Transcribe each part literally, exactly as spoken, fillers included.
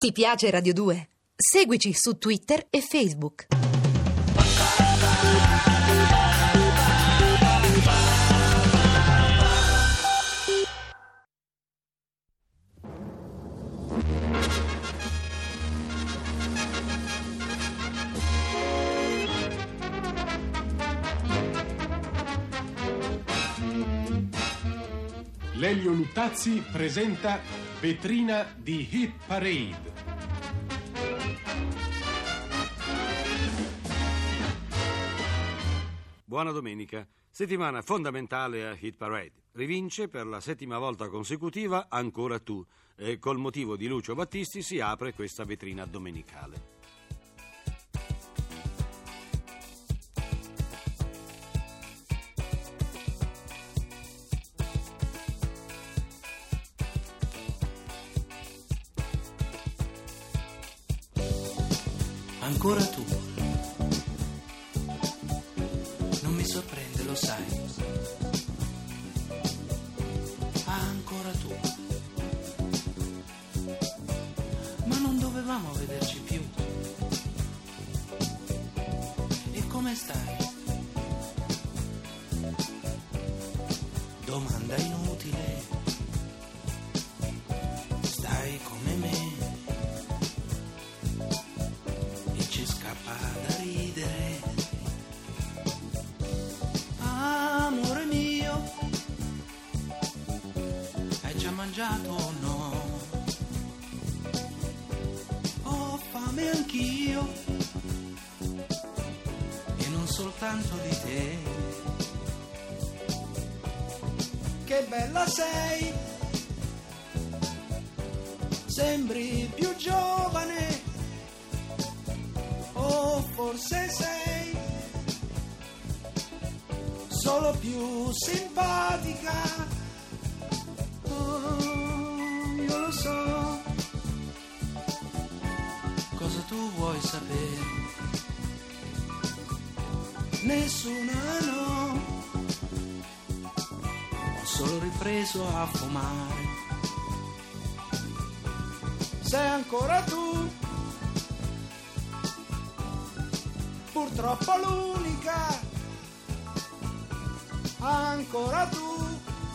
Ti piace Radio due? Seguici su Twitter e Facebook. Lelio Luttazzi presenta Vetrina di Hit Parade. Buona domenica. Settimana fondamentale a Hit Parade. Rivince per la settima volta consecutiva Ancora tu. E col motivo di Lucio Battisti si apre questa vetrina domenicale. Ancora tu. Non mi sorprende, lo sai. Ancora tu. Ma non dovevamo vederci più. E come stai? Domanda inutile. Stai come me. Scappa da ridere. Amore mio, hai già mangiato o no? Ho fame anch'io e non soltanto di te. Che bella sei, sembri più giovane. O forse sei solo più simpatica. Oh, io lo so cosa tu vuoi sapere. Nessuna no. Ho solo ripreso a fumare. Sei ancora tu. Purtroppo l'unica, ancora tu,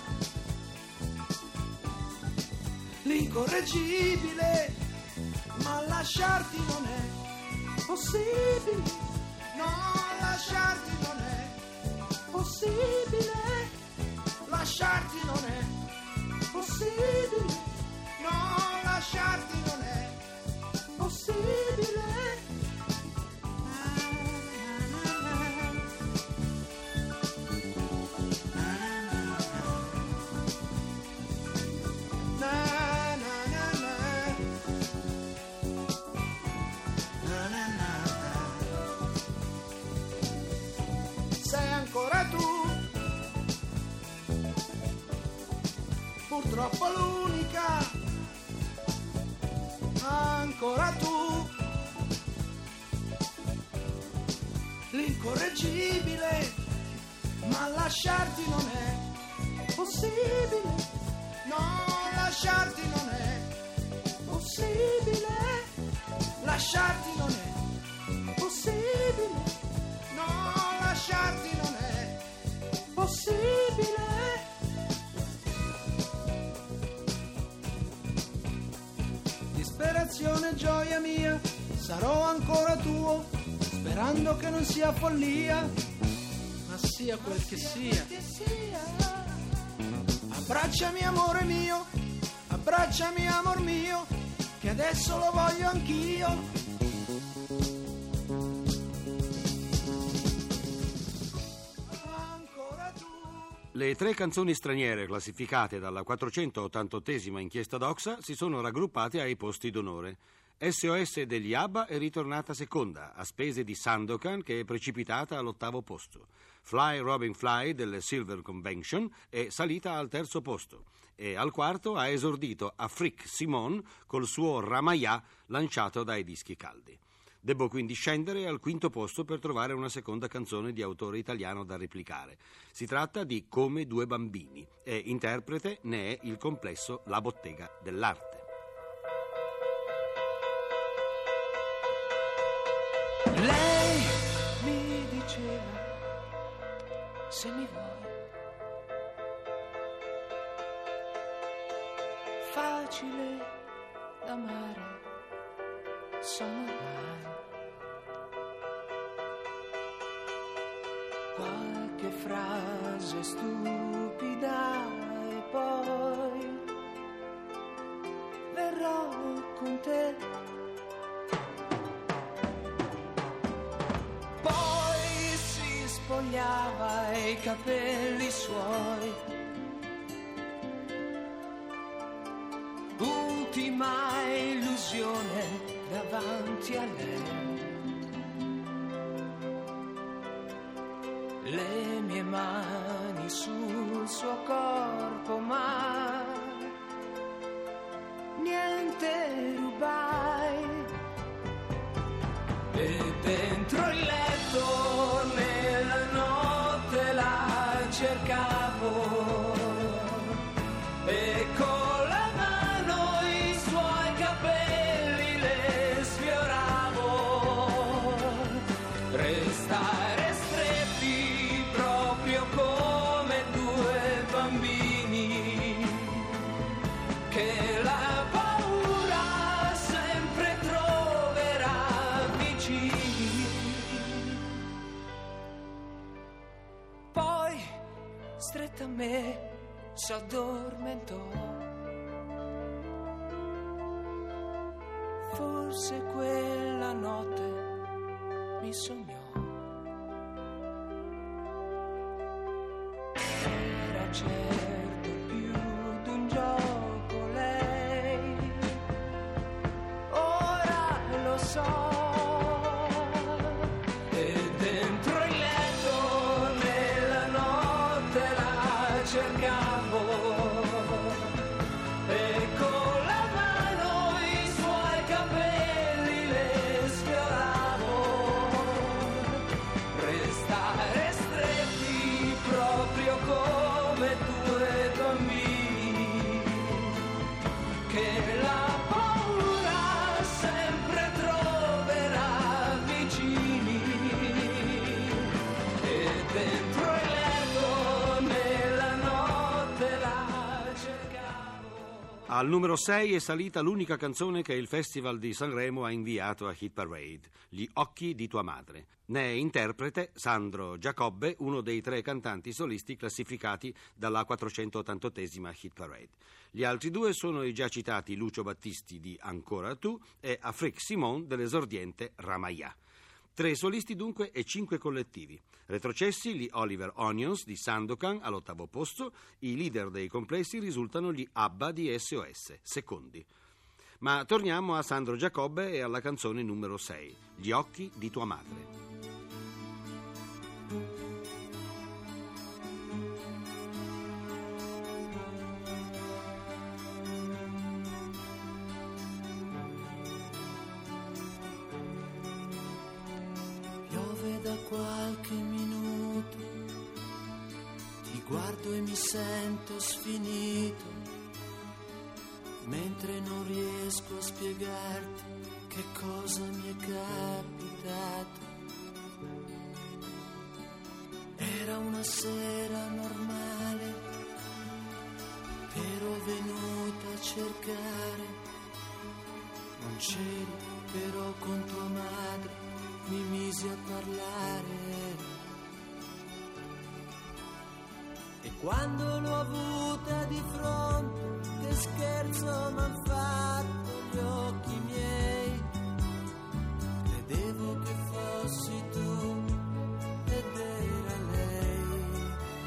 l'incorreggibile, ma lasciarti non è possibile, no, lasciarti non è possibile, lasciarti non è possibile, no, lasciarti non è possibile. Ancora tu, purtroppo l'unica, ancora tu, l'incorreggibile, ma lasciarti non è possibile, no, lasciarti non è possibile, lasciarti non è possibile, no, lasciarti non è possibile. Disperazione, gioia mia, sarò ancora tuo, sperando che non sia follia, ma sia quel che sia. Abbracciami amore mio, abbracciami amor mio, che adesso lo voglio anch'io. Le tre canzoni straniere classificate dalla quattrocentottantottesima inchiesta Doxa si sono raggruppate ai posti d'onore. S O S degli ABBA è ritornata seconda, a spese di Sandokan, che è precipitata all'ottavo posto. Fly Robin Fly delle Silver Convention è salita al terzo posto e al quarto ha esordito Afrique Simone col suo Ramayà lanciato dai Dischi Caldi. Debbo quindi scendere al quinto posto per trovare una seconda canzone di autore italiano da replicare. Si tratta di Come due bambini e interprete ne è il complesso La Bottega dell'Arte. se mi vuoi. Facile da amare, sono ormai. Qualche frase stupida e poi verrò con te. Poi si spogliava i capelli suoi. Ultima illusione davanti a lei. Le mie mani sul suo corpo, ma niente rubai. E dentro il letto nella notte la cercavo e con la mano i suoi capelli le sfioravo. Restare stretti proprio come due bambini che la paura sempre troverà vicini. Poi stretta a me s'addormentò. Forse quella notte mi sognò. Era certo più d'un gioco lei, ora lo so. E dentro il letto nella notte la cercavo. E con la mano i suoi capelli le sfioravo. Restare stretti proprio come due bambini che la paura sempre troverà vicini. E dentro il letto nella notte la cercavo. Al numero sei è salita l'unica canzone che il Festival di Sanremo ha inviato a Hit Parade, Gli occhi di tua madre. Ne è interprete Sandro Giacobbe, uno dei tre cantanti solisti classificati dalla quattrocentottantottesima Hit Parade. Gli altri due sono i già citati Lucio Battisti di Ancora tu e Afrique Simon dell'esordiente Ramayà. Tre solisti dunque e cinque collettivi. Retrocessi gli Oliver Onions di Sandokan all'ottavo posto, i leader dei complessi risultano gli ABBA di S O S, secondi. Ma torniamo a Sandro Giacobbe e alla canzone numero sei, Gli occhi di tua madre. Da qualche minuto ti guardo e mi sento sfinito, mentre non riesco a spiegarti che cosa mi è capitato. Era una sera normale, t'ero venuta a cercare, non c'eri però con tua madre mi misi a parlare. E quando l'ho avuta di fronte, che scherzo m'han fatto gli occhi miei. Credevo che fossi tu ed era lei.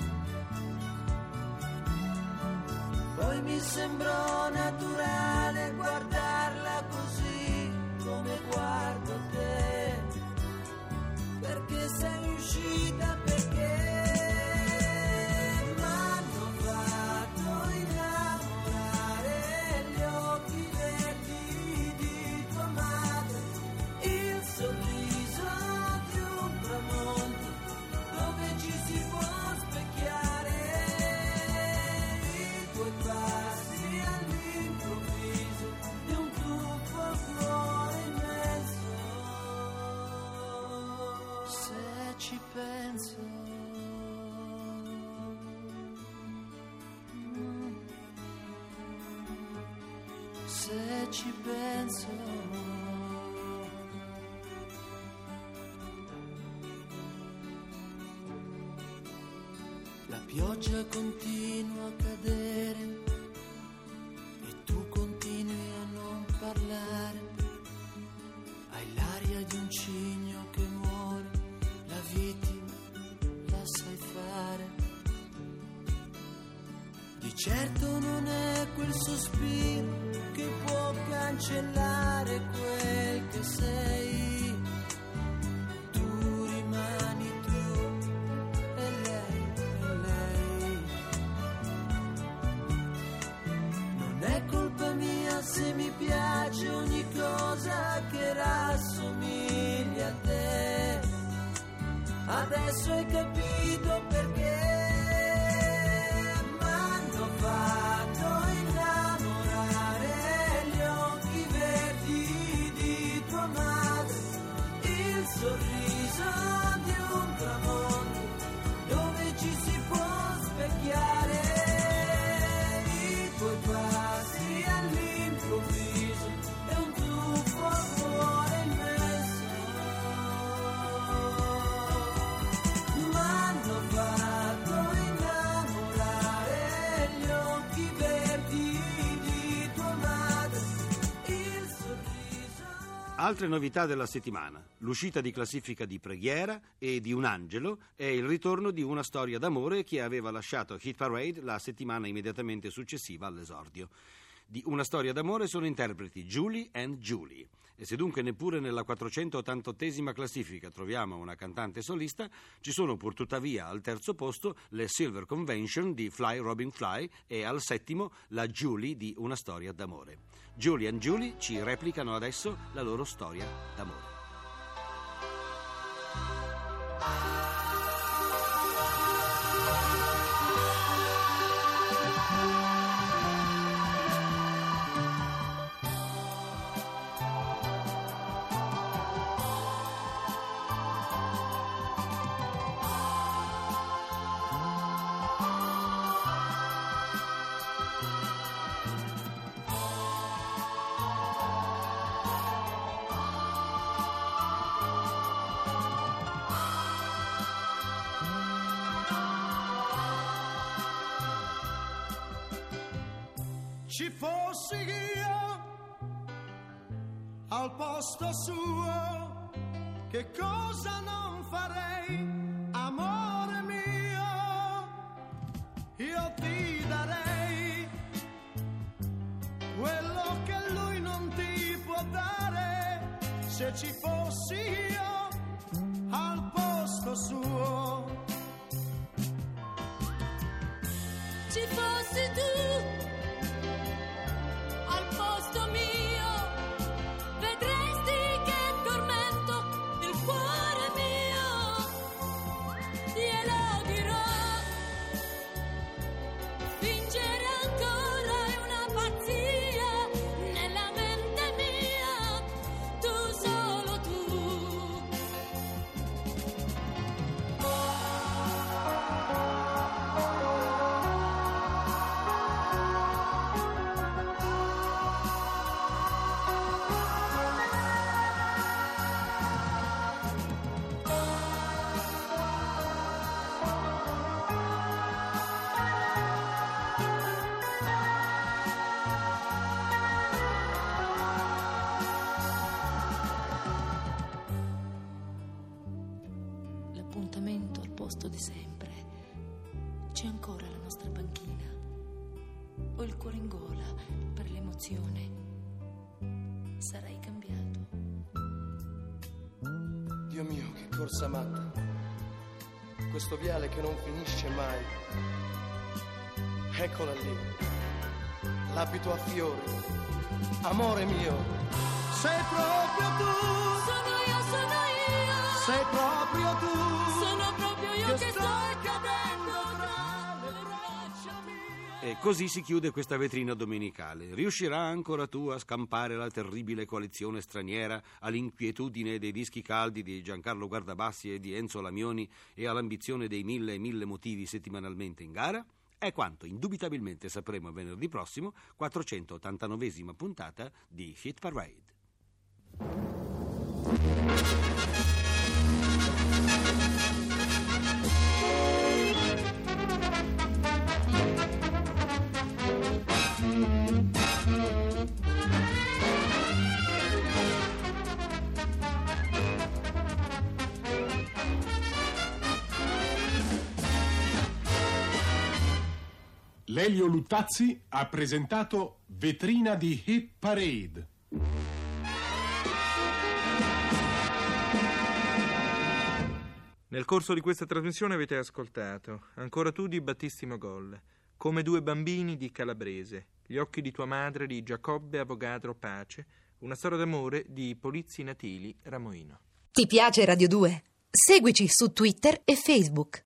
Poi mi sembrò naturale guardarla così come guardo te, perché sei uscita, perché m'hanno fatto innamorare gli occhi verdi di tua madre, il sorriso di un tramonto dove ci si può specchiare, i tuoi passi all'improvviso di un tuffo cuore immenso. Se ci penso se ci penso. La pioggia continua a cadere e tu continui a non parlare. Hai l'aria di un cigno che muore, la vittima la sai fare. Di certo non è quel sospiro che può cancellare quel che sei. Tu rimani tu e lei è lei. Non è colpa mia se mi piace ogni cosa che rassomiglia a te. Adesso hai capito perché m'hanno fatto innamorare gli occhi verdi di tua madre, il sorriso di un tramonto dove ci si può specchiare, i tuoi passi all'improvviso e un tuffo al cuore immenso. M'hanno fatto innamorare gli occhi verdi di tua madre, il sorriso. Altre novità della settimana: l'uscita di classifica di Preghiera e di Un angelo e il ritorno di Una storia d'amore che aveva lasciato Hit Parade la settimana immediatamente successiva all'esordio. Di Una storia d'amore sono interpreti Julie and Julie. E se dunque neppure nella quattrocentoottantottesima classifica troviamo una cantante solista, ci sono pur tuttavia al terzo posto le Silver Convention di Fly Robin Fly e al settimo la Julie di Una storia d'amore. Julie and Julie ci replicano adesso la loro storia d'amore. Ci fossi io al posto suo, che cosa non farei, amore mio? Io ti darei quello che lui non ti può dare, se ci fossi io al posto suo. Ci fossi tu al posto mio, vedresti che tormento il cuore mio. Glielo dirò, fingere ancora è una pazzia nella mente mia, tu solo tu. L'appuntamento al posto di sempre. C'è ancora la nostra panchina. Ho il cuore in gola per l'emozione. Sarai cambiato. Dio mio, che corsa matta. Questo viale che non finisce mai. Eccola lì. L'abito a fiori. Amore mio. Sei proprio tu, Sono io, sono io, sei proprio tu, sono proprio io che che sto stai cadendo tra tra le braccia mie. E così si chiude questa vetrina domenicale. Riuscirà ancora tu a scampare la terribile coalizione straniera all'inquietudine dei dischi caldi di Giancarlo Guardabassi e di Enzo Lamioni e all'ambizione dei mille e mille motivi settimanalmente in gara? È quanto indubitabilmente sapremo venerdì prossimo, quattrocentottantanovesima puntata di Hit Parade. Lelio Luttazzi ha presentato Vetrina di Hit Parade. Nel corso di questa trasmissione avete ascoltato Ancora tu di Battisti Mogol, Come due bambini di Calabrese, Gli occhi di tua madre di Giacobbe Avogadro Pace, Una storia d'amore di Polizzi Natili Ramoino. Ti piace Radio due? Seguici su Twitter e Facebook.